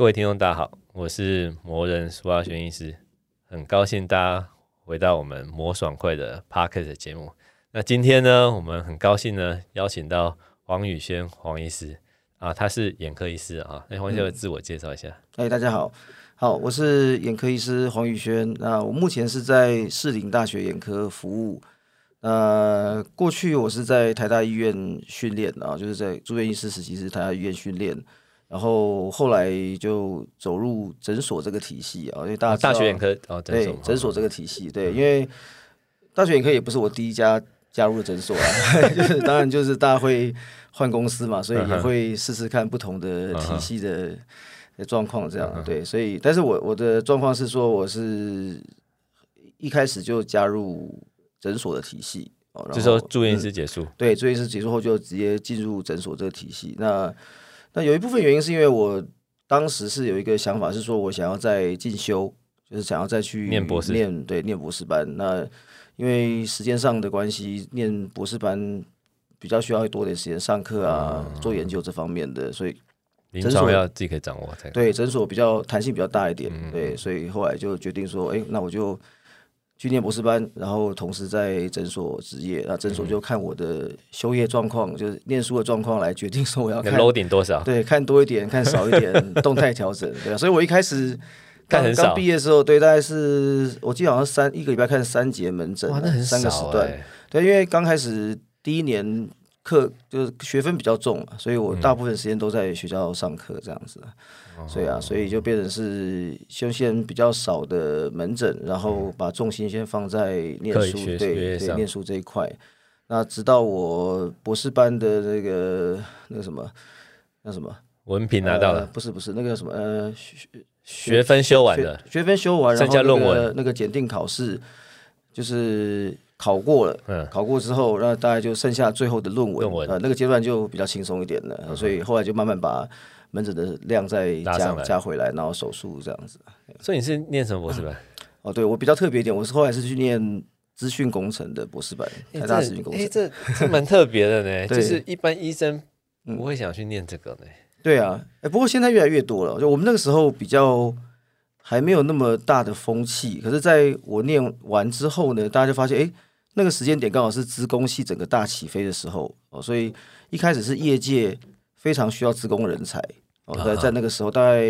各位听众大家好，我是魔人苏阿轩医师，很高兴大家回到我们魔爽快的 Podcast 的节目。那今天呢，我们很高兴呢邀请到黄宇轩黄医师啊，他是眼科医师啊。黄医师自我介绍一下。 大家好，我是眼科医师黄宇轩。那我目前是在士林大学眼科服务。过去我是在台大医院训练啊，就是在住院医师时期是台大医院训练。然后后来就走入诊所这个体系啊，因为大家大学眼科对诊所这个体系，对，因为大学眼科也不是我第一家加入的诊所啊，就是当然就是大家会换公司嘛，所以也会试试看不同的体系的状况，这样对，所以但是我的状况是说，我是一开始就加入诊所的体系， 就是说住院医师结束， 对，住院医师结束后就直接进入诊所这个体系，那有一部分原因是因为我当时是有一个想法，是说我想要再进修，就是想要再去念博士， 念博士班。那因为时间上的关系，念博士班比较需要多点时间上课啊，做研究这方面的，所以临床要自己可以掌握才对，诊所比较弹性比较大一点，对，所以后来就决定说，那我就去念博士班，然后同时在诊所执业。那诊所就看我的修业状况，就是念书的状况来决定说我要看 loading 多少， 对，看多一点，看少一点，动态调整。对，所以我一开始刚毕业的时候，对，大概是我记得好像一个礼拜看3节门诊， 哇，那很少 3个时段。对，因为刚开始第一年课就是学分比较重，所以我大部分时间都在学校上课这样子。所以就变成是先比较少的门诊，然后把重心先放在念书，对念书这一块。那直到我博士班的那个什么文凭拿到了， 不是那个什么学分修完了， 学分修完， 剩下论文那个检定考试就是考过了，考过之后，那大概就剩下最后的论文，那个阶段就比较轻松一点了，所以后来就慢慢把门诊的量再加回来，然后手术这样子。 所以你是念什么博士班？ 对，我比较特别一点，我是后来是去念资讯工程的博士班，台大资讯工程。 这蛮特别的呢，就是一般医生不会想去念这个呢。 对啊，不过现在越来越多了。就我们那个时候比较还没有那么大的风气，可是在我念完之后呢，大家就发现，那个时间点刚好是资工系整个大起飞的时候，所以一开始是业界非常需要资工人才。在那个时候，大概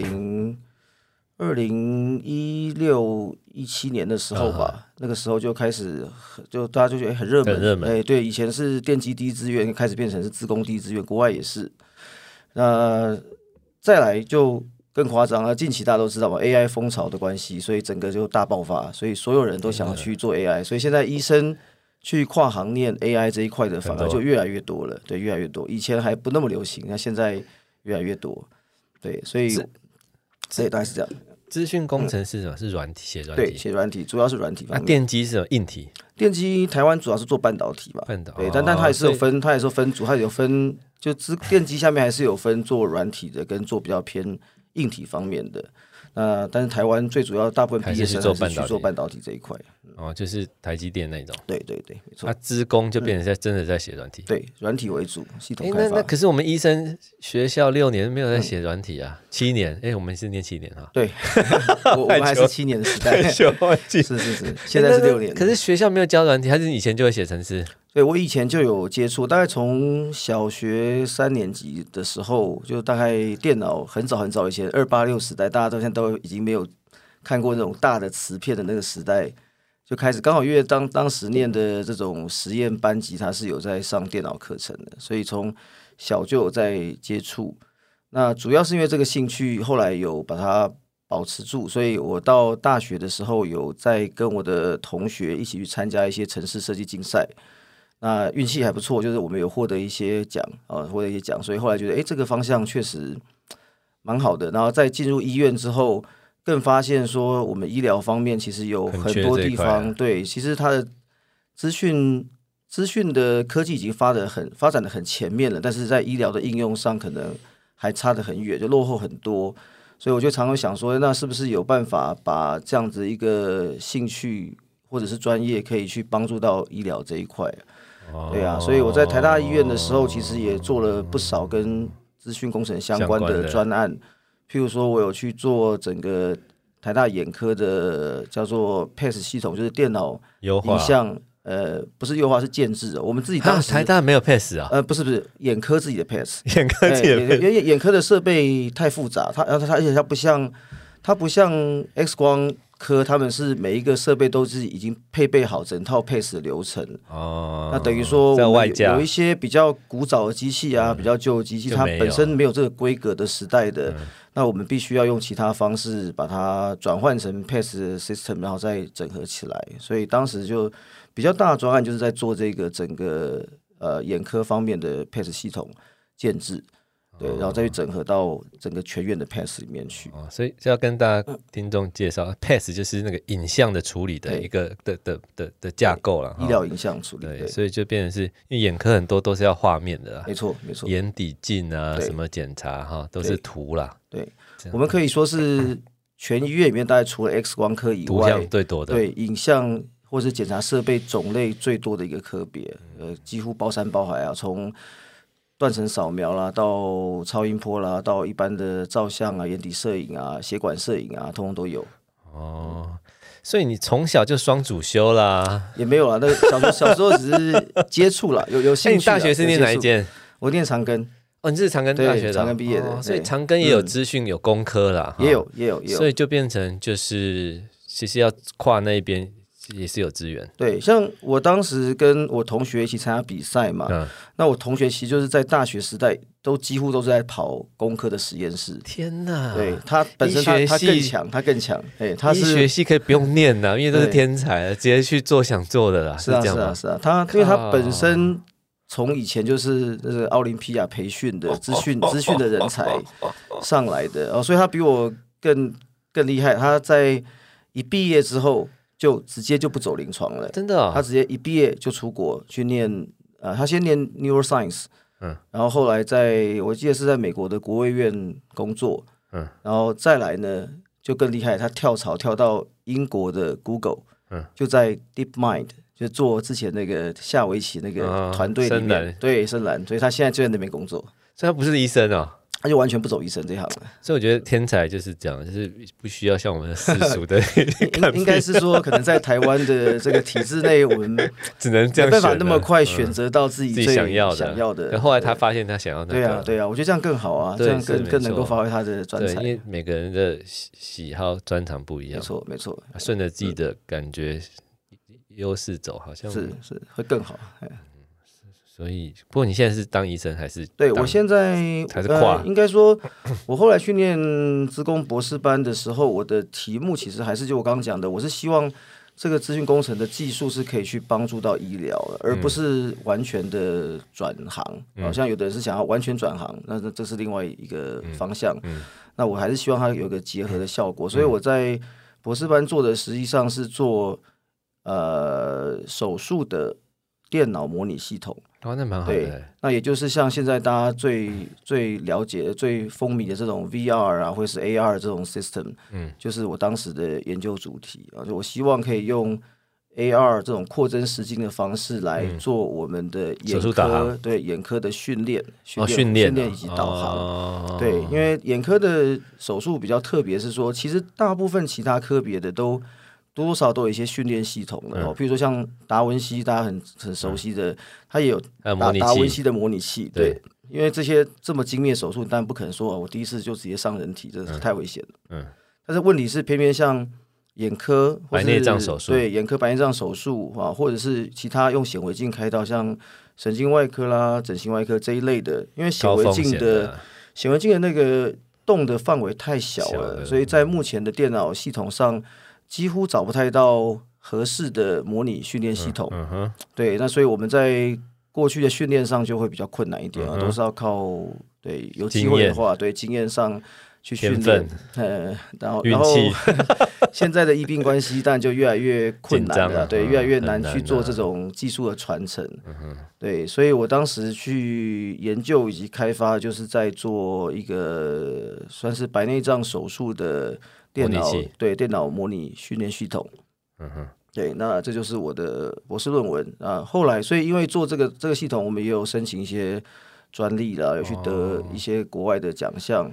2016、17年的时候吧，那个时候就开始，就大家就觉得很热门，对，以前是电机第一志愿，开始变成是资工第一志愿，国外也是。那再来就更夸张了，近期大家都知道嘛 ，AI 风潮的关系，所以整个就大爆发，所以所有人都想要去做 AI，所以现在医生去跨行念 AI 这一块的反而就越来越多了，对，越来越多，以前还不那么流行，那现在越来越多，对，所以大概是这样。 资讯工程是什么？是软体，写软体， 对，写软体，主要是软体方面。 电机是什么？硬体。 电机台湾主要是做半导体嘛，对，但它也是有分，它也是有分组，它有分，就电机下面还是有分做软体的，跟做比较偏硬体方面的。但是台湾最主要大部分毕业生还是去做半导体这一块。 就是台积电那种。 对，没错。 资工就变成真的在写软体。 对，软体为主，系统开发。 那可是我们医生学校6年没有在写软体啊，7年，我们是念7年啊。 对，我们还是7年的时代。是，现在是6年。 可是学校没有教软体，还是以前就会写程式？ 对，我以前就有接触，大概从小学3年级的时候，就大概电脑很早以前286时代，大家现在都已经没有看过那种大的磁片的那个时代，就开始刚好因为当时念的这种实验班级，它是有在上电脑课程的，所以从小就有在接触。那主要是因为这个兴趣，后来有把它保持住，所以我到大学的时候有在跟我的同学一起去参加一些程式设计竞赛。那运气还不错，就是我们有获得一些奖，所以后来觉得，这个方向确实蛮好的。然后在进入医院之后，更发现说，我们医疗方面其实有很多地方，对，其实它的资讯的科技已经发展的很前面了，但是在医疗的应用上可能还差得很远，就落后很多。所以我就常常想说，那是不是有办法把这样子一个兴趣或者是专业可以去帮助到医疗这一块？对啊，所以我在台大医院的时候，其实也做了不少跟资讯工程相关的专案， 譬如说我有去做整个台大眼科的叫做 PAS 系统，就是电脑影像，不是优化，是建制。我们自己当时台大没有 PAS 啊？ 不是，眼科自己的 PAS， 眼科自己的 PAS， 因为眼科的设备太复杂，而且它不像 X 光科，他们是每一个设备都是已经配备好整套 PAS 的流程。那等于说我们有一些比较古早的机器啊，比较旧的机器，它本身没有这个规格的时代的。那我们必须要用其他方式把它转换成 PAS system， 然后再整合起来。所以当时就比较大的专案就是在做这个整个眼科方面的 PAS 系统建制，对，然后再去整合到整个全院的 PAS 里面去。 所以要跟大家听众介绍，PAS 就是那个影像的处理的一个的架构了， 医疗影像处理。 对，所以就变成是因为眼科很多都是要画面的啦， 没错， 眼底镜啊，什么检查哈，都是图啦。 对，我们可以说是全医院里面大概除了 X 光科以外， 图像最多的， 对，影像或是检查设备种类最多的一个科别，几乎包山包海啊，从断层扫描啦，到超音波啦，到一般的照相啊、眼底摄影啊、血管摄影啊，通通都有。 所以你从小就双主修啦？ 也没有啦，那小时候只是接触啦，有兴趣。 你大学是念哪一间？ 我念长庚。 你是长庚大学的， 长庚毕业的， 所以长庚也有资讯，有工科啦， 也有， 所以就变成就是其实要跨那一边也是有资源。 对，像我当时跟我同学一起参加比赛嘛，那我同学其实就是在大学时代都几乎都是在跑工科的实验室。 天哪！ 对，他本身他更强，他是医学系可以不用念啦，因为都是天才，直接去做想做的啦。 是啊，因为他本身从以前就是那个奥林匹亚培训的资讯的人才上来的，所以他比我更厉害。他在一毕业之后就直接就不走临床了， 真的他直接一毕业就出国去念，他先念 neuroscience，然后后来我记得是在美国的国卫院工作，然后再来呢就更厉害，他跳槽跳到英国的 Google，就在 DeepMind。就做之前那个下围棋那个团队里面，对，深蓝，所以他现在就在那边工作。 所以他不是医生哦， 他就完全不走医生这行了。 所以我觉得天才就是这样，就是不需要像我们的世俗的应该是说，可能在台湾的这个体制内，我们只能这样， 没办法那么快选择到自己最想要的。 可后来他发现他想要那个， 对啊，我觉得这样更好啊，这样更能够发挥他的专长。 因为每个人的喜好专长不一样， 没错， 顺着自己的感觉。优势走好像是会更好， 所以不过你现在是当医生还是？ 对，我现在还是跨， 应该说，我后来去念资工博士班的时候，我的题目其实还是就我刚刚讲的，我是希望这个资讯工程的技术是可以去帮助到医疗的，而不是完全的转行。好像有的人是想要完全转行，那这是另外一个方向。那我还是希望它有一个结合的效果，所以我在博士班做的实际上是做。手术的电脑模拟系统， 那蛮好的。 对，那也就是像现在大家最了解、最风靡的这种 VR 啊，或者是 AR 这种 system，就是我当时的研究主题啊。就我希望可以用 AR 这种扩增实境的方式来做我们的眼科，对眼科的训练以及导航。对，因为眼科的手术比较特别，是说其实大部分其他科别的都。多多少少都有一些训练系统的譬如说像达文西，大家很熟悉的，它也有达文西的模拟器。对，因为这些这么精密的手术，当然不可能说我第一次就直接上人体，这是太危险了。但是问题是，偏偏像眼科白内障手术， 对眼科白内障手术啊，或者是其他用显微镜开刀，像神经外科啦、整形外科这一类的，因为显微镜的那个洞的范围太小了，所以在目前的电脑系统上。几乎找不太到合适的模拟训练系统，对，那所以我们在过去的训练上就会比较困难一点都是要靠对有机会的话，对经验上去训练，然后现在的医病关系当然就越来越困难了，对，越来越难去做这种技术的传承，对，所以我当时去研究以及开发，就是在做一个算是白内障手术的。电脑模拟训练系统，对，那这就是我的博士论文啊。后来，所以因为做这个系统，我们也有申请一些专利啦，有去得一些国外的奖项，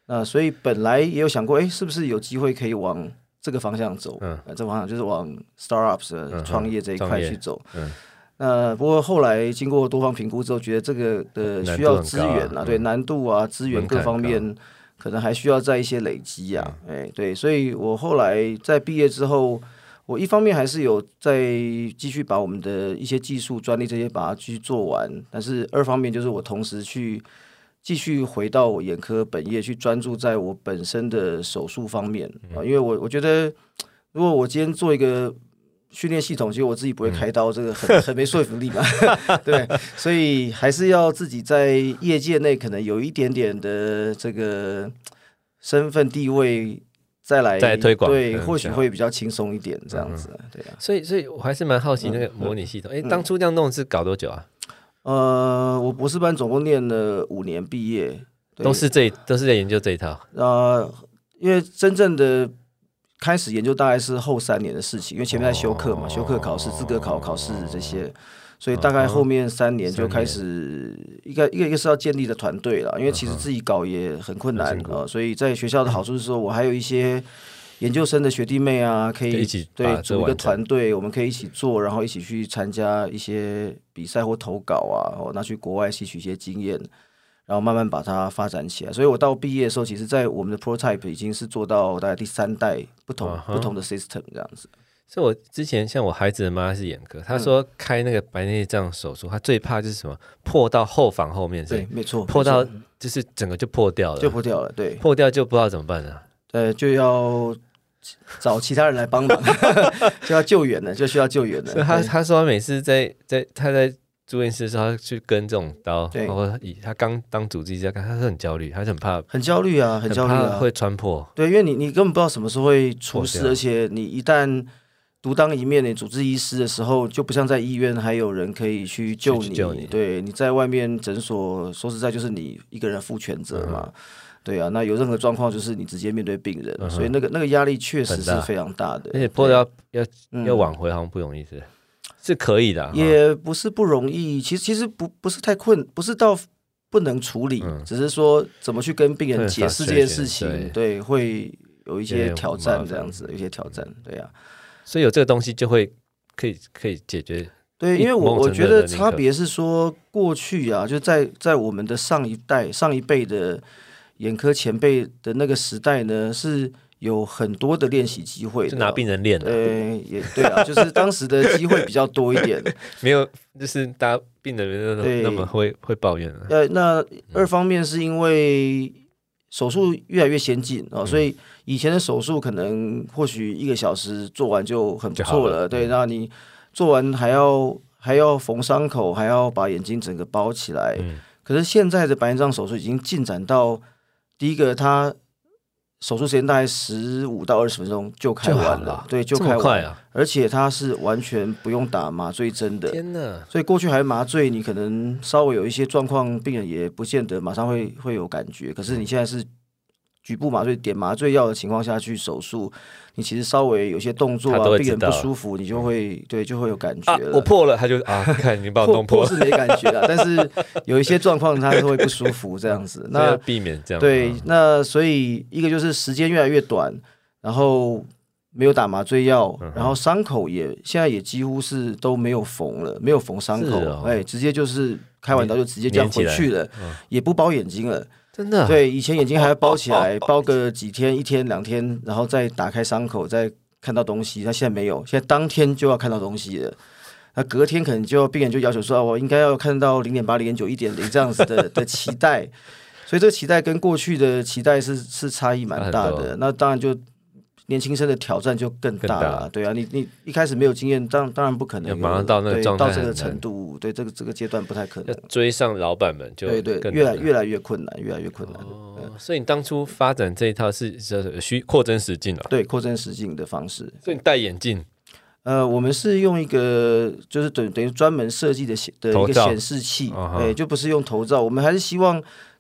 那所以本来也有想过，是不是有机会可以往这个方向走？这个方向就是往 startups 的创业这一块去走。不过后来经过多方评估之后，觉得这个的需要资源对难度啊、资源各方面，可能还需要在一些累积啊。对，所以我后来在毕业之后，我一方面还是有在继续把我们的一些技术专利这些把它继续做完，但是二方面就是我同时去继续回到我眼科本业，去专注在我本身的手术方面因为我觉得，如果我今天做一个训练系统，其实我自己不会开刀，这个很没说服力嘛，对，所以还是要自己在业界内可能有一点点的这个身份地位，再推广， 对，或许会比较轻松一点，这样子，对啊。 所以我还是蛮好奇那个模拟系统，当初这样弄是搞多久啊？ 我博士班总共念了5年，毕业都是在研究这一套。 因为真正的开始研究大概是后3年的事情，因为前面在修课嘛，修课考试、资格考试这些，所以大概后面3年就开始一个是要建立的团队了，因为其实自己搞也很困难所以在学校的好处是说，我还有一些研究生的学弟妹啊，可以一起对组一个团队，我们可以一起做，然后一起去参加一些比赛或投稿啊，拿去国外吸取一些经验。然后慢慢把它发展起来，所以我到毕业的时候，其实在我们的 prototype 已经是做到大概第3代不同的 system 这样子。 所以我之前像我孩子的妈是眼科，她说开那个白内障手术，她最怕就是什么破到后房后面， 对，没错， 破到就是整个就破掉了，对，破掉就不知道怎么办了， 就要找其他人来帮忙，就要救援了，就需要救援了。 所以他说他每次他在住院室的时候，他去跟这种刀，包括他刚当主治医师，他是很焦虑，他是很焦虑啊， 很焦虑啊， 会穿破。 对，因为你根本不知道什么时候会出事，而且你一旦独当一面，你主治医师的时候，就不像在医院还有人可以去救你。对，你在外面诊所，说实在就是你一个人负全责嘛。对啊，那有任何状况就是你直接面对病人，所以那个压力确实是非常大的， 而且破掉要挽回好像不容易是可以的， 也不是不容易。其实不是太不是到不能处理，只是说怎么去跟病人解释这件事情，对，会有一些挑战，这样子，有一些挑战，对啊。所以有这个东西就会可以解决。 对，因为我觉得差别是说，过去啊，就在我们的上一辈的眼科前辈的那个时代呢，是有很多的练习机会的， 就拿病人练的。 也对啊，就是当时的机会比较多一点， 没有，就是大家病人那么会抱怨了。 那二方面是因为手术越来越先进所以以前的手术可能或许1个小时做完就很不错了，对，那你做完还要缝伤口，还要把眼睛整个包起来。可是现在的白内障手术已经进展到，第一个它手术时间大概15到20分钟就开完了，对，就开完了，而且它是完全不用打麻醉针的。 天哪！ 所以过去还麻醉，你可能稍微有一些状况，病人也不见得马上会有感觉。可是你现在是局部麻醉点麻醉药的情况下去手术，你其实稍微有些动作病人不舒服，你就会有感觉了。 我破了，他就看你把我弄破是没感觉啦，但是有一些状况他是会不舒服这样子。那要避免这样。 对，那所以一个就是时间越来越短，然后没有打麻醉药，然后伤口现在也几乎是都没有缝了，没有缝伤口，直接就是开完刀就直接这样回去了，也不包眼睛了。 真的对，以前眼睛还要包起来，包个几天，1天2天，然后再打开伤口，再看到东西。那现在没有，现在当天就要看到东西了。那隔天可能病人就要求说，我应该要看到0.8、0.9、1.0这样子的期待。所以这个期待跟过去的期待是差异蛮大的。那当然就年轻生的挑战就更大了，对啊，你一开始没有经验，当然不可能马上到那个状态， 到这个程度，对这个阶段不太可能。 要追上老板们就对，越来越困难，越来越困难。 所以你当初发展这一套是扩增实境对，扩增实境的方式。 所以你戴眼镜。 我们是用一个就是等于专门设计的一个显示器，就不是用头罩。我们还是希望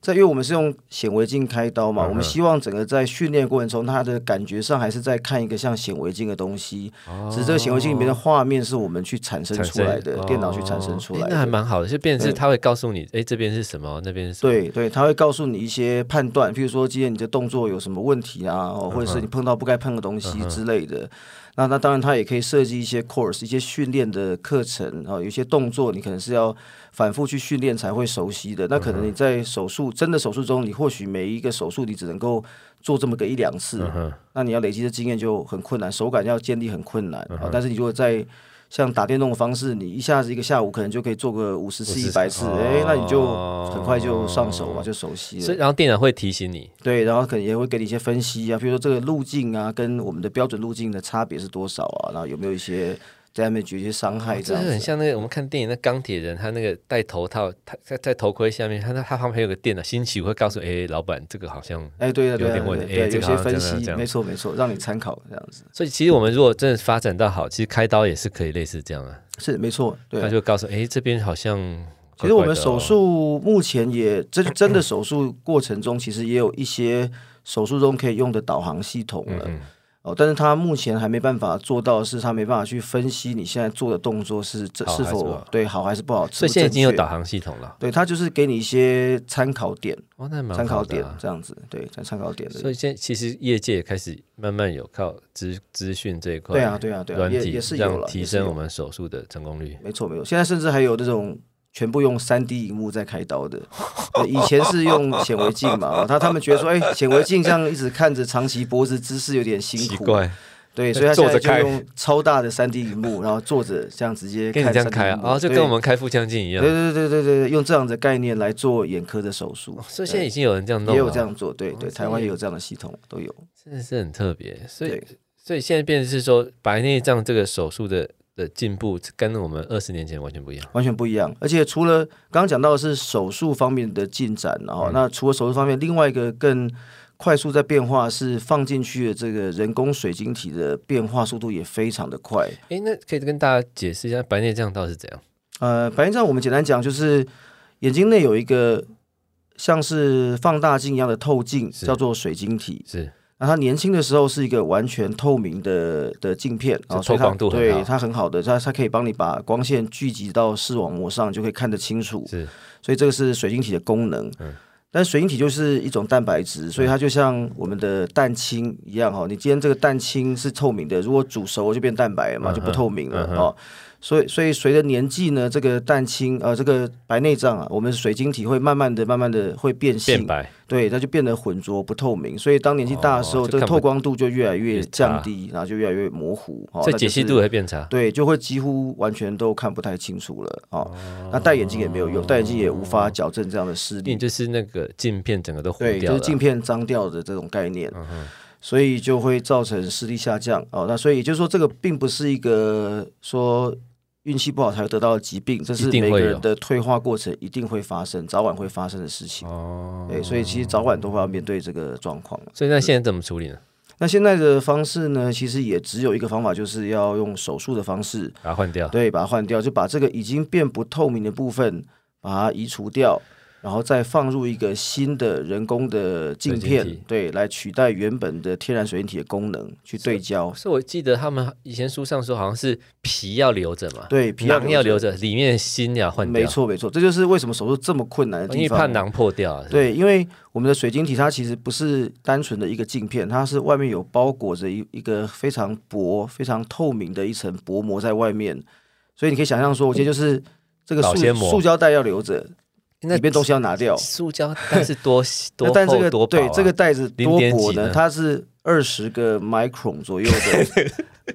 因为我们是用显微镜开刀嘛，我们希望整个在训练过程中，它的感觉上还是在看一个像显微镜的东西，只是这个显微镜里面的画面是我们去产生出来的，电脑去产生出来的， 那还蛮好的，就变成是它会告诉你，这边是什么，那边是什么， 对，它会告诉你一些判断，譬如说今天你的动作有什么问题啊，或者是你碰到不该碰的东西之类的。那当然，它也可以设计一些 course， 一些训练的课程有一些动作你可能是要反复去训练才会熟悉的。那可能你在真的手术中，你或许每一个手术你只能够做这么个1-2次，那你要累积的经验就很困难，手感要建立很困难。但是你如果在像打电动的方式，你一下子一个下午可能就可以做个50次、100次，那你就很快就上手嘛，就熟悉了。 所以然后电脑会提醒你， 对，然后可能也会给你一些分析啊，比如说这个路径啊，跟我们的标准路径的差别是多少啊，然后有没有一些在那边举一些伤害这样子。 这很像那个我们看电影那钢铁人，他那个戴头套，他在头盔下面，他旁边有个电脑，星期五会告诉老板这个好像对有点问题， 有些分析，没错，让你参考这样子。 所以其实我们如果真的发展到好，其实开刀也是可以类似这样啊。 是没错，对， 他就告诉这边好像其实我们手术目前也真的手术过程中，其实也有一些手术中可以用的导航系统了。但是他目前还没办法做到的是，他没办法去分析你现在做的动作是否对好还是不好。 所以现在已经有导航系统了。 对，他就是给你一些参考点， 那蛮好的参考点这样子，对，参考点的。 所以现在其实业界也开始慢慢有靠资讯这一块， 对啊，也是有了， 提升我们手术的成功率。 没错，现在甚至还有这种全部用3D 萤幕在开刀的，以前是用显微镜嘛，他们觉得说，显微镜这样一直看着，长期脖子姿势有点辛苦， 奇怪， 对，所以他现在就用超大的3D 萤幕，然后坐着这样直接看3D 萤幕， 这样开啊，就跟我们开腹腔镜一样。 对，用这样的概念来做眼科的手术， 所以现在已经有人这样弄了， 也有这样做，对，台湾也有这样的系统，都有， 真的是很特别。所以现在变成是说，白内障这个手术的进步跟我们20年前完全不一样， 完全不一样。而且除了刚刚讲到的是手术方面的进展，那除了手术方面，另外一个更快速在变化是放进去的这个人工水晶体的变化速度也非常的快。 那可以跟大家解释一下白内障到底是怎样？ 白内障我们简单讲就是眼睛内有一个像是放大镜一样的透镜，叫做水晶体。 是。 那它年轻的时候是一个完全透明的镜片， 透光度很好， 对它很好的，它可以帮你把光线聚集到视网膜上，就可以看得清楚。 是， 所以这个是水晶体的功能。但水晶体就是一种蛋白质，所以它就像我们的蛋清一样你今天这个蛋清是透明的，如果煮熟了就变蛋白了嘛，就不透明了所以随着年纪呢，这个蛋清这个白内障我们水晶体会慢慢的会变性， 变白， 对，它就变得浑浊不透明。所以当年纪大的时候，这个透光度就越来越降低，然后就越来越模糊， 所以解析度也会变差， 对，就会几乎完全都看不太清楚了那戴眼镜也没有用，戴眼镜也无法矫正这样的视力， 就是那个镜片整个都糊掉了， 对，就是镜片脏掉的这种概念。所以就会造成视力下降那所以也就是说，这个并不是一个说运气不好才会得到的疾病，这是每个人的退化过程一定会发生，早晚会发生的事情对，所以其实早晚都会要面对这个状况。 所以那现在怎么处理呢？ 那现在的方式呢，其实也只有一个方法，就是要用手术的方式把它换掉。 对，把它换掉，就把这个已经变不透明的部分把它移除掉，然后再放入一个新的人工的镜片，对，来取代原本的天然水晶体的功能去对焦。 所以我记得他们以前书上说，好像是皮要留着嘛， 对，皮囊要留着，里面芯要换掉。 没错，这就是为什么手术这么困难的地方， 因为怕囊破掉。 对，因为我们的水晶体它其实不是单纯的一个镜片，它是外面有包裹着一个非常薄、非常透明的一层薄膜在外面，所以你可以想象说，我觉得就是这个塑胶袋要留着。里面东西要拿掉， 塑胶袋是多厚但这个多薄对这个袋子多薄呢？ 它是20个 micron 左右的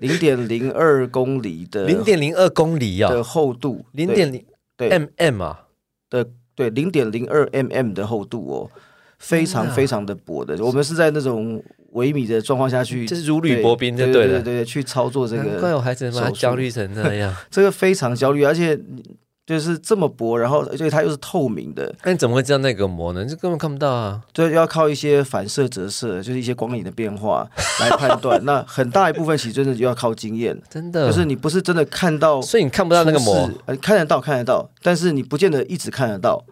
0.02公里的 0.02公里的厚度 ，0.0 mm 啊对0.02 的厚度非常非常的薄的。我们是在那种微米的状况下去， 就是如履薄冰就对了， 对，去操作这个。 难怪我孩子妈焦虑成那样， 这个非常焦虑，而且。就是这么薄，然后所以它又是透明的。 那你怎么会知道那个膜呢？这根本看不到啊！ 对，要靠一些反射折射，就是一些光影的变化来判断。那很大一部分其实真的就要靠经验， 真的， 就是你不是真的看到， 所以你看不到那个膜， 看得到，但是你不见得一直看得到。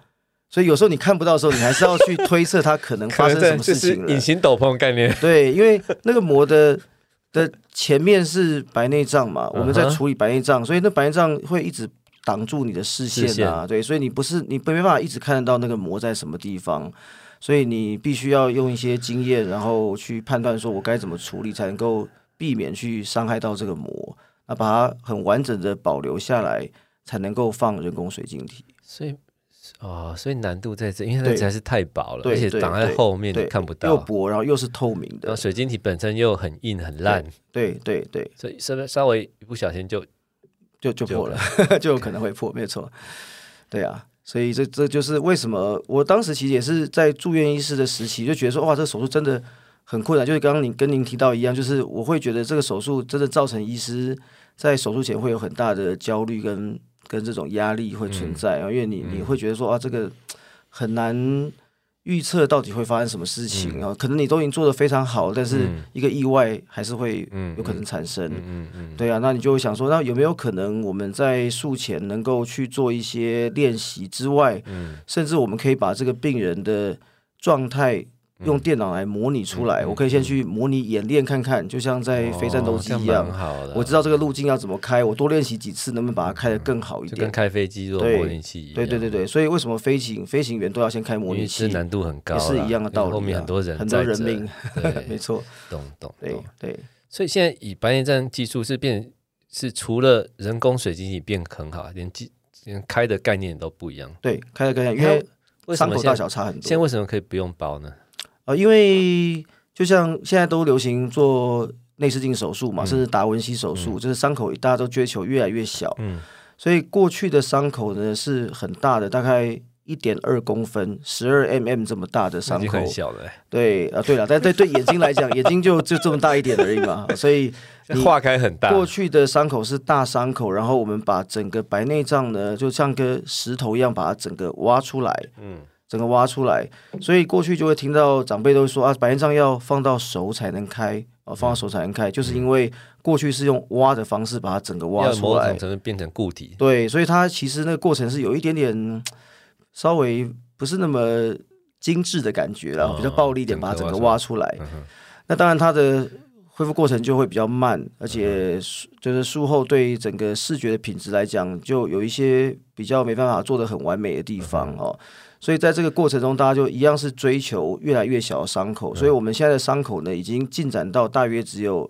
所以有时候你看不到的时候，你还是要去推测它可能发生什么事情了。 就是隐形斗篷的概念。 对，因为那个膜的前面是白内障嘛，我们在处理白内障，所以那白内障会一直挡住你的视线啊。对，所以你没办法一直看得到那个膜在什么地方，所以你必须要用一些经验，然后去判断说我该怎么处理才能够避免去伤害到这个膜，那把它很完整的保留下来，才能够放人工水晶体。 所以难度在这，因为它实在是太薄了，而且挡在后面你看不到， 又薄，然后又是透明的， 然后水晶体本身又很硬很烂， 对， 所以稍微一不小心就破了，就有可能会破，没错，对啊，所以这就是为什么我当时其实也是在住院医师的时期就觉得说，哇，这个手术真的很困难，就是刚刚跟您提到一样，就是我会觉得这个手术真的造成医师在手术前会有很大的焦虑跟这种压力会存在，因为你会觉得说啊，这个很难预测到底会发生什么事情啊，可能你都已经做得非常好，但是一个意外还是会有可能产生，对啊，那你就会想说，那有没有可能我们在术前能够去做一些练习之外，甚至我们可以把这个病人的状态用电脑来模拟出来，我可以先去模拟演练看看，就像在飞战斗机一样，我知道这个路径要怎么开，我多练习几次，能不能把它开得更好一点？ 就跟开飞机做模拟器一样。 对，所以为什么飞行员都要先开模拟器？ 因为难度很高， 也是一样的道理。 后面很多人命，没错。 懂。 对。 所以现在以白内障技术是除了人工水晶体变很好，连开的概念都不一样。 对，开的概念，因为伤口大小差很多。 现在为什么可以不用包呢？ 因为就像现在都流行做内视镜手术嘛，甚至达文西手术，就是伤口大家都追求越来越小。所以过去的伤口呢是很大的，大概1.2公分，12mm 这么大的伤口，已经很小了。 对了，但对眼睛来讲，眼睛就这么大一点而已嘛，所以化开很大。 过去的伤口是大伤口，然后我们把整个白内障呢，就像个石头一样，把它整个挖出来。整个挖出来，所以过去就会听到长辈都会说啊，白内障要放到手才能开，放到手才能开，就是因为过去是用挖的方式把它整个挖出来， 要某种程度变成固体。 对，所以它其实那个过程是有一点点稍微不是那么精致的感觉啦，比较暴力一点，把它整个挖出来。那当然它的恢复过程就会比较慢，而且就是术后对整个视觉的品质来讲，就有一些比较没办法做得很完美的地方哦。所以在这个过程中，大家就一样是追求越来越小的伤口，所以我们现在的伤口呢，已经进展到大约只有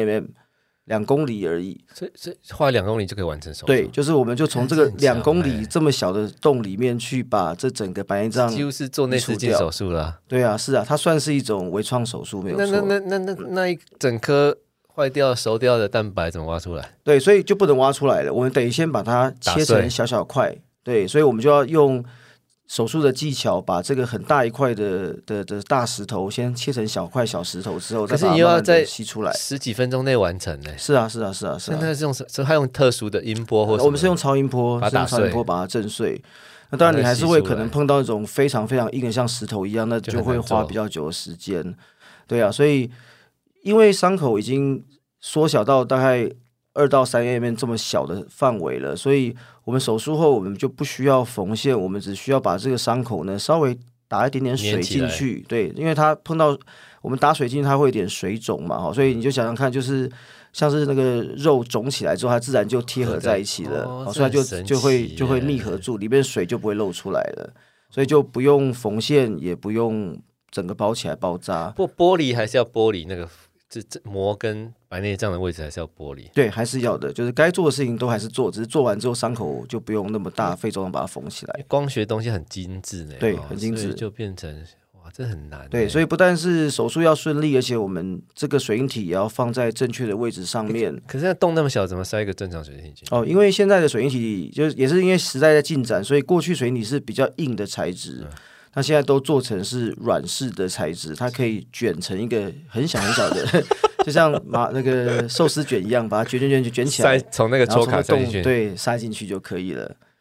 2 公里而已。 所以花2公里就可以完成手术。 对，就是我们就从这个2公里这么小的洞里面去把这整个白内障几乎是做内视镜手术了。 对啊，是啊，它算是一种微创手术，没有错。 那一整颗坏掉熟掉的蛋白怎么挖出来？ 对，所以就不能挖出来了，我们得先把它切成小块。对，所以我们就要用手术的技巧，把这个很大一块的大石头先切成小块小石头之后， 可是你又要在吸出来 10几分钟内完成呢？ 是啊。 现在是他用特殊的音波或什么？ 我们是用超音波，把它震碎。那当然你还是会可能碰到那种非常非常硬的像石头一样，那就会花比较久的时间。对啊，所以因为伤口已经缩小到大概2到3mm 这么小的范围了，所以我们手术后我们就不需要缝线，我们只需要把这个伤口呢稍微打一点点水进去。对，因为它碰到我们打水进去，它会有点水肿嘛，所以你就想想看，就是像是那个肉肿起来之后，它自然就贴合在一起了，所以它就会密合住，里面水就不会漏出来了，所以就不用缝线，也不用整个包起来包扎。 不剥离还是要剥离那个这膜跟白内障的位置还是要剥离。 对，还是要的，就是该做的事情都还是做，只是做完之后伤口就不用那么大费重把它缝起来。 光学东西很精致呢， 对，很精致， 就变成哇，这很难。 对，所以不但是手术要顺利，而且我们这个水晶体也要放在正确的位置上面。 可是那洞那么小，怎么塞一个正常水晶体进去？ 因为现在的水晶体就是也是因为时代在进展，所以过去水晶体是比较硬的材质。它现在都做成是软式的材质，它可以卷成一个很小很小的，就像那个寿司卷一样，把它卷起来， 从那个戳卡塞进去， 对，塞进去就可以了。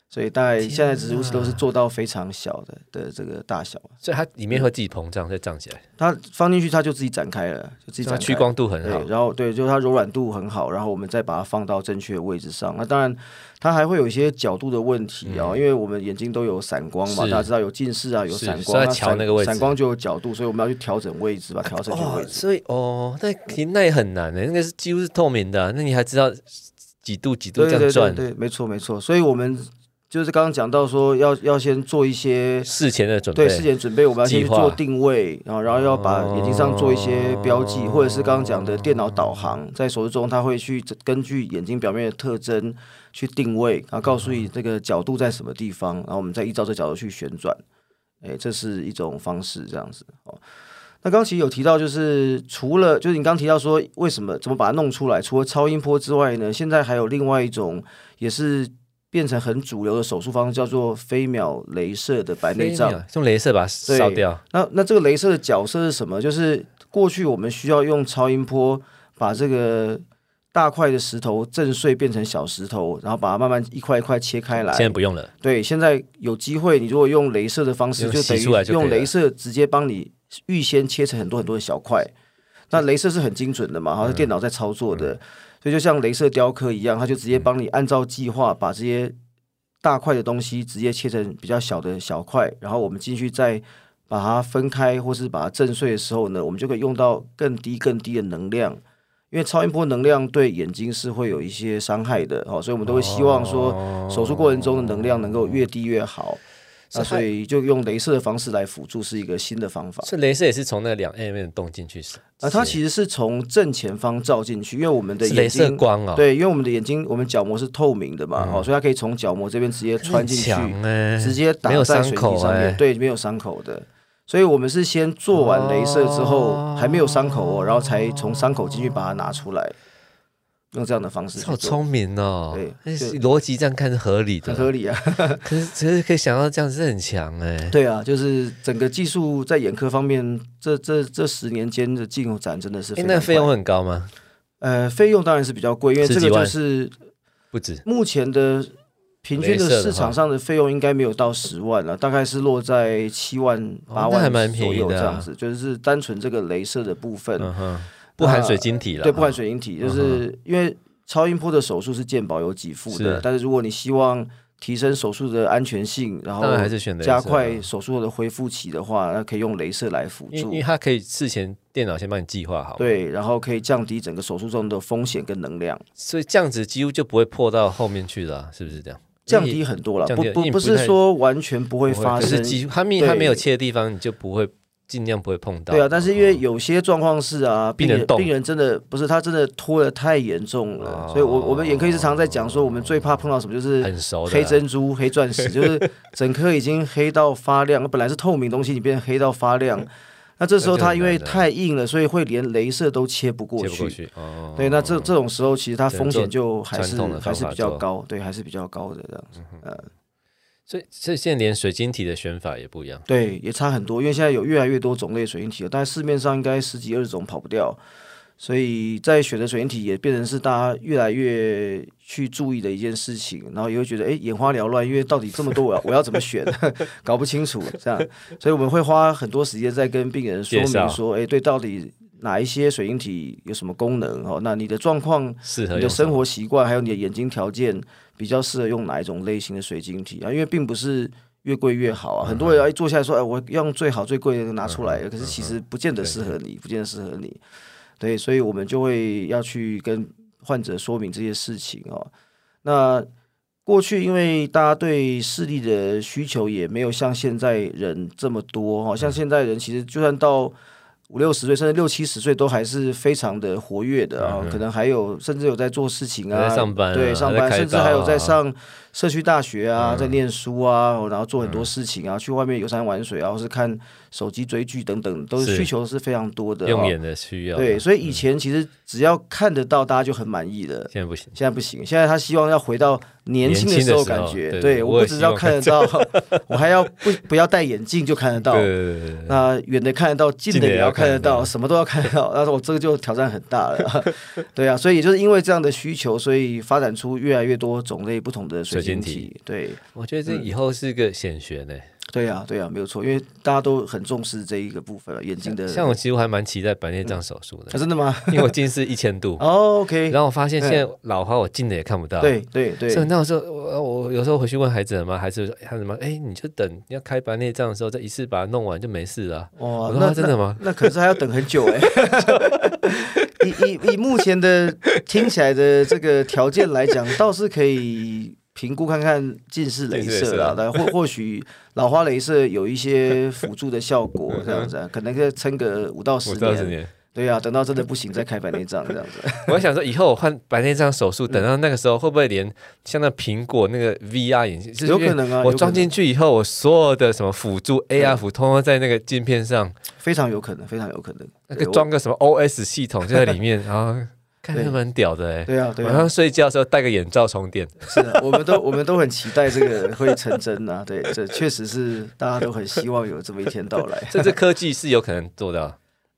所以大概现在植入器都是做到非常小的这个大小， 所以它里面会自己膨胀再胀起来， 它放进去它就自己展开了，就自己展开， 趋光度很好， 对，然后对，就是它柔软度很好，然后我们再把它放到正确的位置上。那当然它还会有一些角度的问题啊，因为我们眼睛都有散光嘛，大家知道有近视啊，有散光，那散光就有角度，所以我们要去调整位置，把它调正确位置。 所以那也很难的，那个是几乎是透明的，那你还知道几度这样转？ 对，没错。所以我们就是刚刚讲到说要先做一些事前的准备， 对，事前准备，我们要先去做定位，然后要把眼睛上做一些标记，或者是刚刚讲的电脑导航，在手术中它会去根据眼睛表面的特征去定位，然后告诉你这个角度在什么地方，然后我们再依照这角度去旋转，这是一种方式，这样子哦。那刚刚其实有提到，就是除了就是你刚刚提到说怎么把它弄出来，除了超音波之外呢，现在还有另外一种也是变成很主流的手术方式，叫做飞秒雷射的白内障， 用雷射把它烧掉。 那这个雷射的角色是什么？就是过去我们需要用超音波把这个大块的石头震碎变成小石头，然后把它慢慢一块一块切开来。 现在不用了。 对，现在有机会，你如果用雷射的方式，就等于用雷射直接帮你预先切成很多很多的小块。那雷射是很精准的嘛，是电脑在操作的。所以就像雷射雕刻一样，它就直接帮你按照计划把这些大块的东西直接切成比较小的小块，然后我们进去再把它分开，或是把它震碎的时候呢，我们就可以用到更低的能量。因为超音波能量对眼睛是会有一些伤害的，所以我们都会希望说手术过程中的能量能够越低越好。所以就用雷射的方式来辅助是一个新的方法。 是雷射也是从那个2mm洞进去它其实是从正前方照进去，因为我们的眼睛雷射光对，因为我们的眼睛，我们角膜是透明的嘛，所以它可以从角膜这边直接穿进去，直接打在水泥上面，对，没有伤口的。所以我们是先做完雷射之后，还没有伤口然后才从伤口进去把它拿出来。用这样的方式， 好聪明哦！ 对， 逻辑这样看是合理的， 很合理啊。 可是可以想到这样是很强对啊，就是整个技术在眼科方面，这10年间的进展真的是非常快。 那费用很高吗？ 费用当然是比较贵，因为这个就是不止目前的平均的市场上的费用应该没有到10万了，大概是落在7万8万左右这样子，就是单纯这个雷射的部分。 不含水晶体了， 对，不含水晶体，就是因为超音波的手术是健保有给付的，但是如果你希望提升手术的安全性，然后加快手术的恢复期的话，那可以用雷射来辅助， 因为它可以事前电脑先帮你计划好， 对，然后可以降低整个手术中的风险跟能量， 所以这样子几乎就不会破到后面去了，是不是这样？ 降低很多了，不是说完全不会发生， 就是它没有切的地方，你就不会。尽量不会碰到。 对啊，但是因为有些状况是病人真的不是他真的拖得太严重了，所以我们眼科医师常在讲说，我们最怕碰到什么就是黑珍珠、黑钻石，就是整颗已经黑到发亮，本来是透明东西，你变成黑到发亮。那这时候它因为太硬了，所以会连雷射都切不过去。对，那这种时候其实它风险就还是比较高，对，还是比较高的这样子。 所以现在连水晶体的选法也不一样， 对，也差很多，因为现在有越来越多种类水晶体了，但市面上应该10几20种跑不掉，所以在选择水晶体也变成是大家越来越去注意的一件事情，然后也会觉得眼花缭乱，因为到底这么多我要怎么选，搞不清楚这样，所以我们会花很多时间在跟病人说明说，对，到底哪一些水晶体有什么功能那你的状况、你的生活习惯还有你的眼睛条件比较适合用哪一种类型的水晶体因为并不是越贵越好啊。很多人坐下来说，我要用最好最贵的拿出来，可是其实不见得适合你，对，所以我们就会要去跟患者说明这些事情那过去因为大家对视力的需求也没有像现在人这么多像现在人其实就算到50-60岁甚至60-70岁都还是非常的活跃的可能还有甚至有在做事情在上班对，上班甚至还有在上社区大学在念书然后做很多事情去外面游山玩水或是看手机追剧等等，都是需求是非常多的， 用眼的需要。 对，所以以前其实只要看得到，大家就很满意了。 现在不行， 现在他希望要回到年轻的时候感觉。对，我不只要看得到，我还要不要戴眼镜就看得到。那远的看得到，近的也要看得到，什么都要看得到。那我这个就挑战很大了。对啊，所以也就是因为这样的需求，所以发展出越来越多种类不同的水晶晶体。 对， 我觉得这以后是个显学呢。 对啊，对啊，没有错，因为大家都很重视这一个部分眼睛的。 像我其实还蛮期待白内障手术的。 真的吗？ 因为我近视1000度。 OK。 然后我发现现在老花我近的也看不到。 对对对。 所以那时候我有时候回去问孩子嘛，孩子说他什么？你就等要开白内障的时候，再一次把它弄完就没事了。 哇， 那真的吗？ 那可是还要等很久哎。以目前的听起来的这个条件来讲，倒是可以评估看看近视雷射啦，或许老花雷射有一些辅助的效果，这样子可能可以撑个5到10年。对啊，等到真的不行再开白内障这样子。 我想说，以后我换白内障手术，等到那个时候会不会连像那苹果那个 VR 眼镜， 有可能啊？ 我装进去以后，我所有的什么辅助 AR 辅，通通在那个镜片上， 非常有可能，非常有可能。 那个装个什么 OS 系统就在里面，然后看他们很屌的哎。 对啊，对啊。 晚上睡觉的时候戴个眼罩充电。 是的，我们都很期待这个会成真啊。对，这确实是大家都很希望有这么一天到来。 这科技是有可能做到。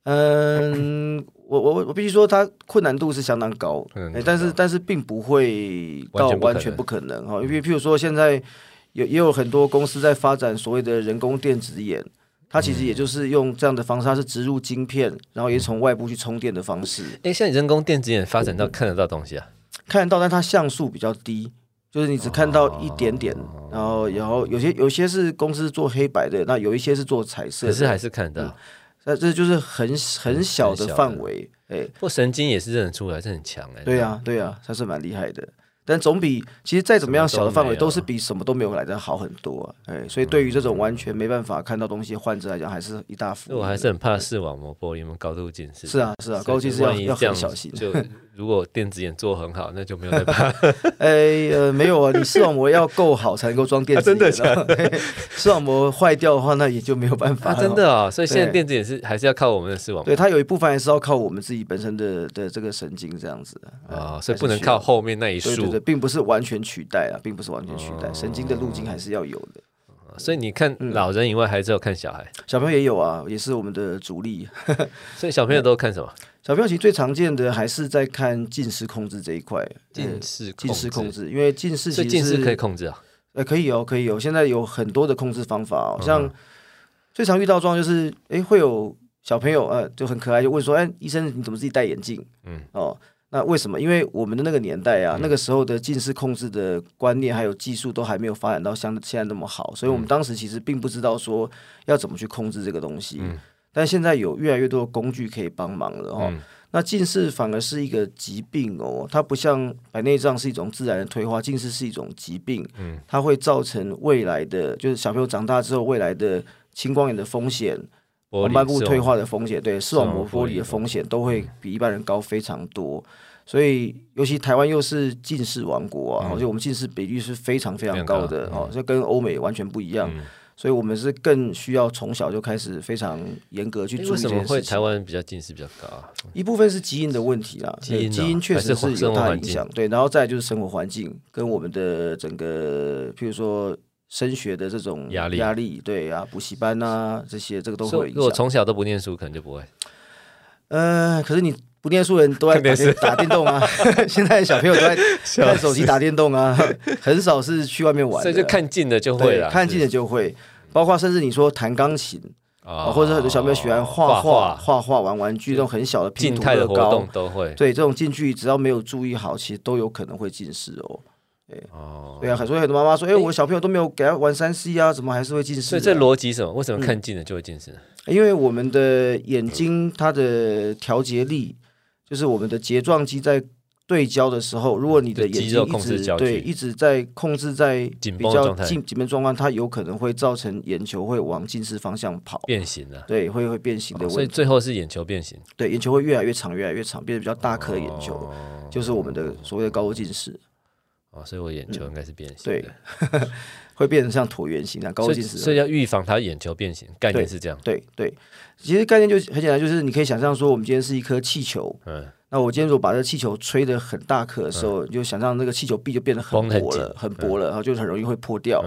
我必须说，它困难度是相当高，但是并不会到完全不可能哈。因为譬如说，现在也有很多公司在发展所谓的人工电子眼，它其实也就是用这样的方式，它是植入晶片，然后也从外部去充电的方式。 像你人工电子眼发展到看得到东西啊？ 看得到，但它像素比较低，就是你只看到一点点，然后有些是公司做黑白的，那有一些是做彩色的， 可是还是看得到。 这就是很小的范围， 不过神经也是认得出来，这很强哎。 对啊，对啊，它是蛮厉害的。但总比其实再怎么样小的范围，都是比什么都没有来的好很多啊。所以对于这种完全没办法看到东西的患者来讲，还是一大福。 我还是很怕视网膜玻璃们高度近视。 是啊，高度近视要很小心。 就如果电子眼做很好，那就没有在怕。 没有啊，你视网膜要够好才能够装电子眼。 真的假的？ 视网膜坏掉的话，那也就没有办法。 真的啊，所以现在电子眼还是要靠我们的视网膜。 对，它有一部分还是要靠我们自己本身的这个神经这样子所以不能靠后面那一束。 对，并不是完全取代啊，并不是完全取代，神经的路径还是要有的。 所以你看老人以外，还是要看小孩。 小朋友也有啊，也是我们的主力。 所以小朋友都看什么？ 小朋友其实最常见的还是在看近视控制这一块。近视控制，因为近视其实近视可以控制啊。 可以哦。现在有很多的控制方法像最常遇到的状况就是，会有小朋友就很可爱，就问说，医生你怎么自己戴眼镜？那为什么？因为我们的那个年代啊，那个时候的近视控制的观念还有技术都还没有发展到像现在那么好，所以我们当时其实并不知道说要怎么去控制这个东西。但现在有越来越多的工具可以帮忙了那近视反而是一个疾病它不像白内障是一种自然的退化，近视是一种疾病。它会造成未来的就是小朋友长大之后未来的青光眼的风险、黄斑部退化的风险，对视网膜剥离的风险都会比一般人高非常多。所以，尤其台湾又是近视王国所以我们近视比率是非常非常高的这跟欧美完全不一样。所以我们是更需要从小就开始非常严格去注意这件事情。 为什么会台湾比较近视比较高啊？ 一部分是基因的问题啦，基因确实是有大影响。对，然后再来就是生活环境跟我们的整个，譬如说升学的这种压力，对啊，补习班啊这些，这个都会有影响。 如果从小都不念书，可能就不会。 可是你不念书的人都在打电动啊，现在小朋友都在看手机打电动啊，很少是去外面玩的。 所以就看近的就会了， 看近的就会，包括甚至你说弹钢琴或者很多小朋友喜欢画画、玩玩具，这种很小的拼图乐高都会。 对，这种近距离只要没有注意好，其实都有可能会近视对啊，所以很多妈妈说，我小朋友都没有给他玩3C啊，怎么还是会近视？ 所以这逻辑什么？为什么看近的就会近视？ 因为我们的眼睛它的调节力，就是我们的睫状肌在对焦的时候，如果你的眼睛一直在控制在比较紧绷状况，它有可能会造成眼球会往近视方向跑， 变形了。 对，会变形的问题。 所以最后是眼球变形。 对，眼球会越来越长，变得比较大颗的眼球，就是我们的所谓的高度近视。 所以我眼球应该是变形的。 对，会变成像椭圆形高度近视。 所以要预防它眼球变形，概念是这样。 对，其实概念就很简单，就是你可以想象说，我们今天是一颗气球。那我今天如果把这个气球吹得很大颗的时候，你就想象那个气球壁就变得很薄了，然后就很容易会破掉。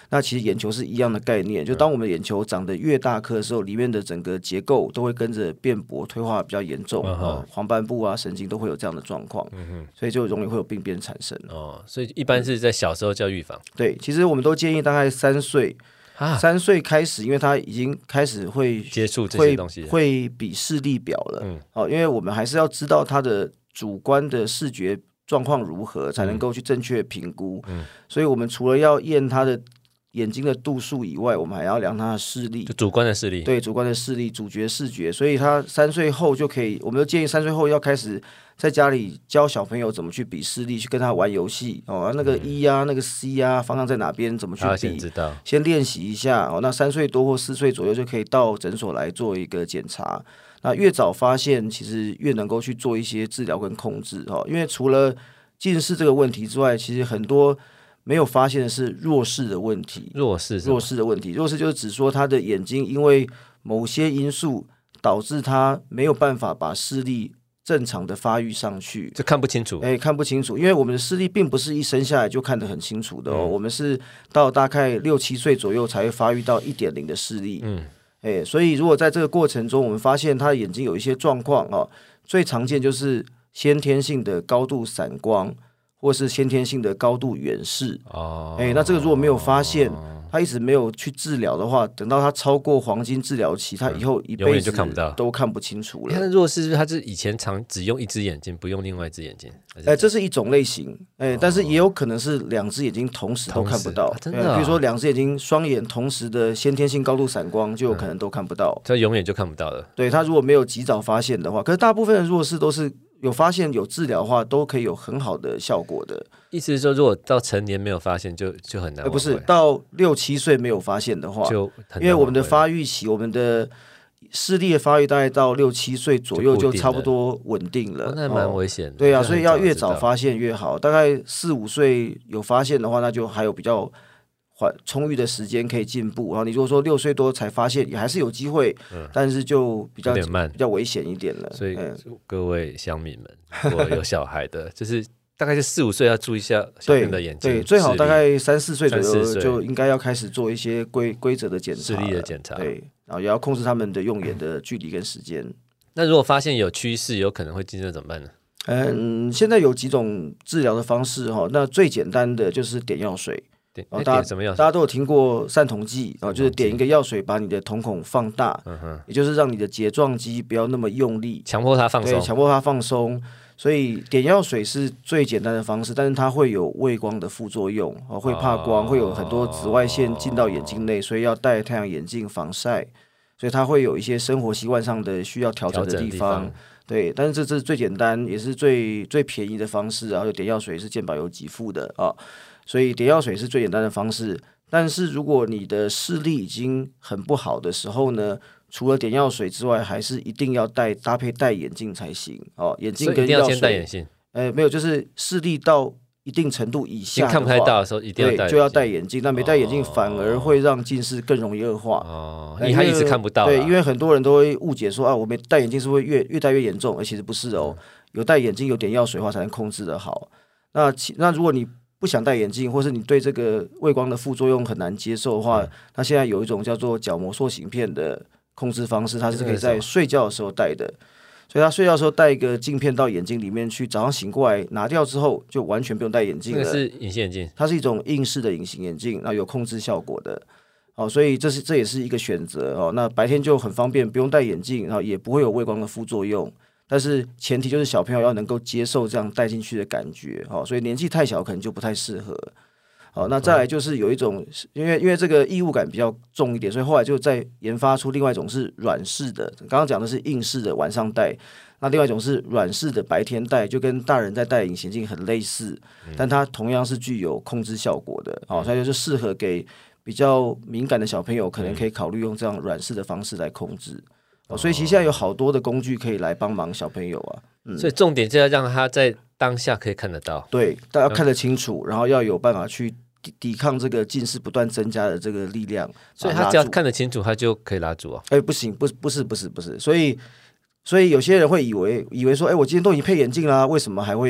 那其实眼球是一样的概念，就当我们眼球长得越大颗的时候，里面的整个结构都会跟着变薄、退化比较严重，黄斑部啊、神经都会有这样的状况，所以就容易会有病变产生。 所以一般是在小时候就要预防。 对，其实我们都建议大概3岁。3岁开始，因为他已经开始会接触这些东西， 会比视力表了。因为我们还是要知道他的主观的视觉状况如何，才能够去正确评估。所以我们除了要验他的眼睛的度数以外，我们还要量他的视力， 就主观的视力。 对，主观的视力、主觉视觉。所以他3岁后就可以，我们都建议3岁后要开始在家里教小朋友怎么去比视力，去跟他玩游戏那个E啊，那个 C 啊，方向在哪边，怎么去比，先练习一下那3岁多或4岁左右就可以到诊所来做一个检查。那越早发现，其实越能够去做一些治疗跟控制因为除了近视这个问题之外，其实很多没有发现的是弱视的问题。弱视的问题，弱视就是指说他的眼睛因为某些因素导致他没有办法把视力正常的发育上去， 就看不清楚。 看不清楚，因为我们的视力并不是一生下来就看得很清楚的我们是到大概6、7岁左右才会发育到1.0的视力。所以如果在这个过程中，我们发现他的眼睛有一些状况最常见就是先天性的高度散光，或是先天性的高度远视。那这个如果没有发现，他一直没有去治疗的话，等到他超过黄金治疗期，他以后一辈子都看不清楚了。 他的弱视是他是以前常只用一只眼睛，不用另外一只眼睛。 这是一种类型。但是也有可能是2只眼睛同时都看不到。 真的比如说2只眼睛双眼同时的先天性高度散光，就有可能都看不到。 他永远就看不到了。 对，他如果没有及早发现的话，可是大部分的弱视都是有发现有治疗的话，都可以有很好的效果的。 意思是说，如果到成年没有发现，就很难。 不是到6、7岁没有发现的话， 就很难。 因为我们的发育期，我们的视力的发育大概到6、7岁左右就差不多稳定了。 那蛮危险的。 对啊，所以要越早发现越好。大概4、5岁有发现的话，那就还有比较充裕的时间可以进步。然后你如果说6岁多才发现，也还是有机会，但是就比较慢，比较危险一点了。 所以各位乡民们，如果有小孩的，就是大概是4、5岁要注意一下小朋友的眼睛。 对，最好大概3、4岁左右就应该要开始做一些规则的检查， 视力的检查。 对，然后也要控制他们的用眼的距离跟时间。 那如果发现有趋势，有可能会进入怎么办呢？ 现在有几种治疗的方式那最简单的就是点药水。 点什么药水？ 大家都有听过散瞳剂就是点一个药水把你的瞳孔放大，也就是让你的睫状肌不要那么用力， 强迫它放松。 对，强迫它放松。所以点药水是最简单的方式，但是它会有畏光的副作用会怕光，会有很多紫外线进到眼睛内，所以要戴太阳眼镜防晒，所以它会有一些生活习惯上的需要调整的地方。对，但是这是最简单也是最便宜的方式，然后点药水是健保有给付的所以点药水是最简单的方式。但是如果你的视力已经很不好的时候呢，除了点药水之外，还是一定要搭配戴眼镜才行眼镜跟药水。所以一定要先戴眼镜？ 没有，就是视力到一定程度以下的话， 看不太到的时候一定要戴眼镜， 对，就要戴眼镜。那没戴眼镜反而会让近视更容易恶化因为他一直看不到。 对，因为很多人都会误解说我没戴眼镜是会越戴越严重，而其实不是有戴眼镜有点药水的话才能控制得好。那如果你不想戴眼镜，或是你对这个畏光的副作用很难接受的话，那现在有一种叫做角膜塑形片的控制方式，它是可以在睡觉的时候戴的。所以他睡觉的时候戴一个镜片到眼睛里面去，早上醒过来拿掉之后就完全不用戴眼镜了。 那是隐形眼镜， 它是一种硬式的隐形眼镜，有控制效果的。所以这也是一个选择那白天就很方便，不用戴眼镜，然后也不会有畏光的副作用。但是前提就是小朋友要能够接受这样戴进去的感觉所以年纪太小可能就不太适合。那再来就是有一种，因为这个异物感比较重一点，所以后来就再研发出另外一种是软式的。刚刚讲的是硬式的晚上戴，那另外一种是软式的白天戴，就跟大人在戴隐形镜很类似，但它同样是具有控制效果的所以就是适合给比较敏感的小朋友，可能可以考虑用这样软式的方式来控制。所以其实现在有好多的工具可以来帮忙小朋友所以重点就要让他在当下可以看得到。 对，大家要看得清楚，然后要有办法去抵抗这个近视不断增加的这个力量。 所以他只要看得清楚，他就可以拉住不行，不是。所以有些人会以为说我今天都已经配眼镜啦，为什么还会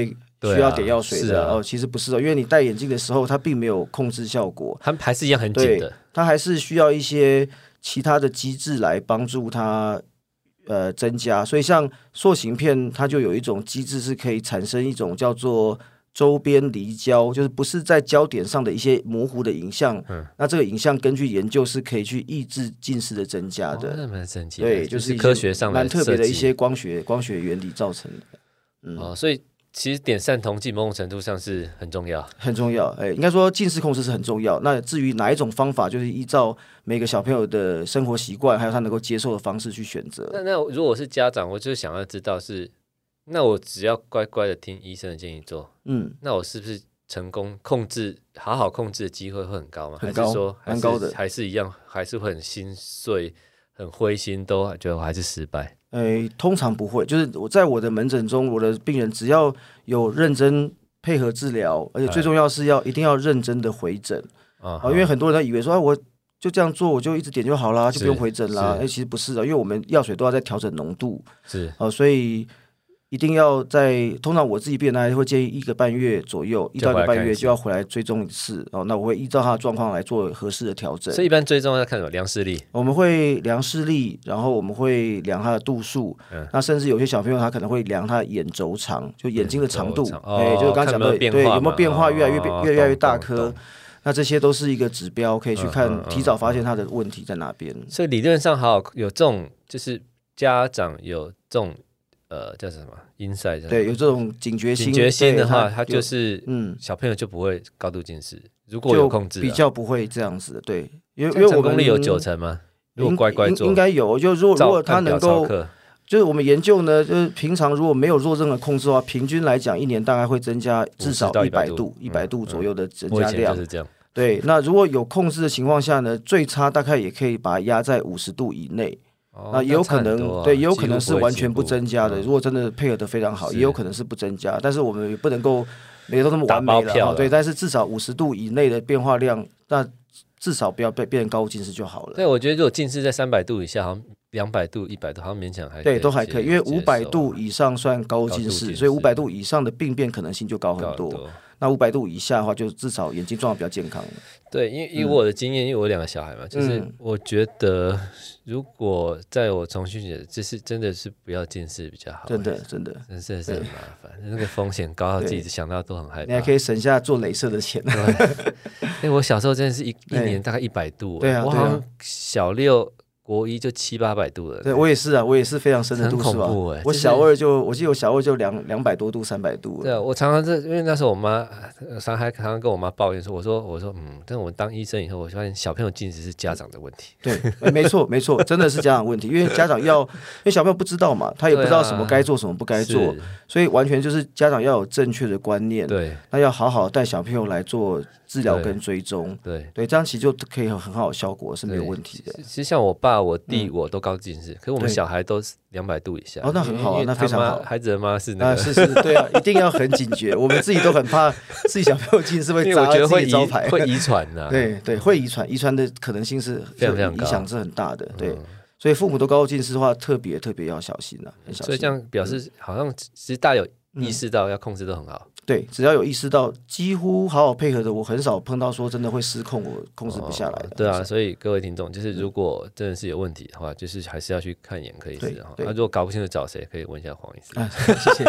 需要点药水的、 啊其实不是因为你戴眼镜的时候，它并没有控制效果， 它还是一样很紧的， 它还是需要一些其他的机制来帮助它增加。所以像塑形片，它就有一种机制是可以产生一种叫做周边离焦，就是不是在焦点上的一些模糊的影像。那这个影像根据研究是可以去抑制近视的增加的。 那蛮神奇的， 对， 就是科学上蛮特别的一些光学原理造成的。所以其实点散瞳剂某种程度上是很重要， 很重要。应该说近视控制是很重要。那至于哪一种方法，就是依照每个小朋友的生活习惯，还有他能够接受的方式去选择。 那如果我是家长，我就想要知道是，那我只要乖乖的听医生的建议做，那我是不是成功好好控制的机会会很高吗？ 很高， 还是说蛮高的， 还是一样，还是会很心碎、很灰心，都觉得我还是失败？ 通常不会，就是我在我的门诊中，我的病人只要有认真配合治疗，而且最重要是一定要认真的回诊因为很多人都以为说我就这样做，我就一直点就好啦，就不用回诊啦。其实不是的，因为我们药水都要在调整浓度，所以一定要通常我自己病人会建议1个半月左右，1到1个半月就要回来追踪一次。那我会依照他的状况来做合适的调整。 所以一般追踪要看什么？量视力？ 我们会量视力，然后我们会量他的度数。那甚至有些小朋友他可能会量他的眼轴长，就眼睛的长度。就是刚刚讲的，对，有没有变化，越来越大颗。那这些都是一个指标，可以去看，提早发现他的问题在哪边。 所以理论上有这种，就是家长有这种。叫什么 insight？ 对，有这种警觉心的话，他就是小朋友就不会高度近视。如果有控制， 比较不会这样子。对，因为成功率有90%吗？如果乖乖做， 应该有。就如果他能够，就是我们研究呢，就是平常如果没有做任何控制的话，平均来讲，1年大概会增加至少100度左右的增加量。 就是这样。 对，那如果有控制的情况下呢，最差大概也可以把它压在50度以内。那也有可能，对，也有可能是完全不增加的。如果真的配合得非常好，也有可能是不增加。但是我们也不能够每个都那么完美了，对。但是至少50度以内的变化量，那至少不要变成高近视就好了。 对，我觉得如果近视在300度以下，好像200度、100度，好像勉强还可以， 对，都还可以。因为500度以上算高近视，所以500度以上的病变可能性就高很多。那500度以下的话，就至少眼睛状况比较健康。 对，因为以我的经验，因为我有2个小孩嘛，就是我觉得如果在我重新选，就是真的是不要近视比较好。 真的是很麻烦，那个风险高到自己想到都很害怕。 你还可以省下做雷射的钱。 因为我小时候真的是一年大概100度， 对啊， 我好像小6。国1就700-800度了， 对我也是啊，我也是非常深的度数啊， 很恐怖我小2我记得我小2就200多度、300度了。 对啊，我常常因为那时候我妈常常跟我妈抱怨说，我说但我当医生以后，我发现小朋友近视是家长的问题。 对，没错，真的是家长问题，因为家长因为小朋友不知道嘛，他也不知道什么该做，什么不该做，所以完全就是家长要有正确的观念， 对， 那要好好带小朋友来做治疗跟追踪，对，这样其实就可以有很好的效果，是没有问题的。 其实像我爸、我弟、我都高近视，可是我们小孩都是200度以下。 那很好啊，那非常好。 孩子的妈是那个， 是，对啊，一定要很警觉。我们自己都很怕自己小朋友近视会砸自己招牌， 会遗传的。 对，会遗传的可能性是非常高， 影响是很大的。对，所以父母都高度近视的话，特别要小心啊，很小心。 所以这样表示好像其实大有意识到要控制都很好。 对，只要有意识到，几乎好好配合的，我很少碰到说真的会失控，我控制不下来的。 对啊，所以各位听众，就是如果真的是有问题的话，就是还是要去看眼科医师。那如果搞不清楚找谁，可以问一下黄医师。 谢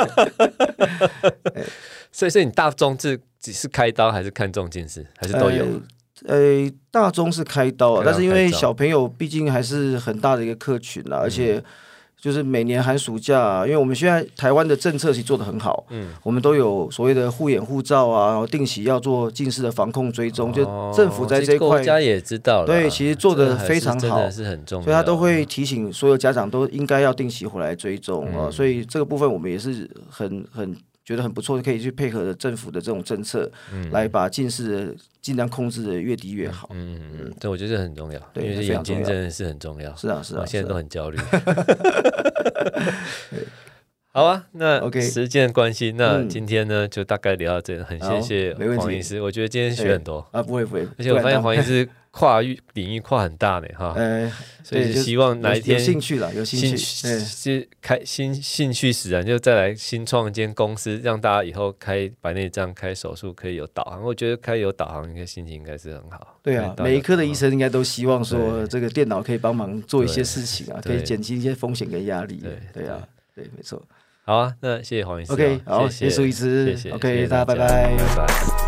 谢。 所以你大中只是开刀，还是看重近视，还是都有？ 大中是开刀啊，但是因为小朋友毕竟还是很大的一个客群啦，而且。就是每年寒暑假，因为我们现在台湾的政策其实做得很好，我们都有所谓的护眼护照啊，然后定期要做近视的防控追踪，就政府在这一块国家也知道了， 对，其实做得非常好，真的是很重要， 所以他都会提醒所有家长都应该要定期回来追踪啊，所以这个部分我们也是很觉得很不错，可以去配合政府的这种政策，来把近视尽量控制的越低越好。 对，我觉得这很重要，因为眼睛真的是很重要。 是啊， 我现在都很焦虑。好啊，那时间关系，那今天呢就大概聊到这里，很谢谢黄医师，我觉得今天学很多啊，不会， 而且我发现黄医师跨领域跨很大呢哈。所以希望哪一天有兴趣了，有兴趣， 是兴趣使然，就再来新创一间公司，让大家以后开白内障、开手术可以有导航。我觉得开有导航，应该心情应该是很好。 对啊，每一科的医生应该都希望说，这个电脑可以帮忙做一些事情啊，可以减轻一些风险跟压力。对啊，对，没错。 好啊，那谢谢黄医师。 OK， 好，谢谢苏医师。 谢谢 OK， 大家拜拜。 拜拜。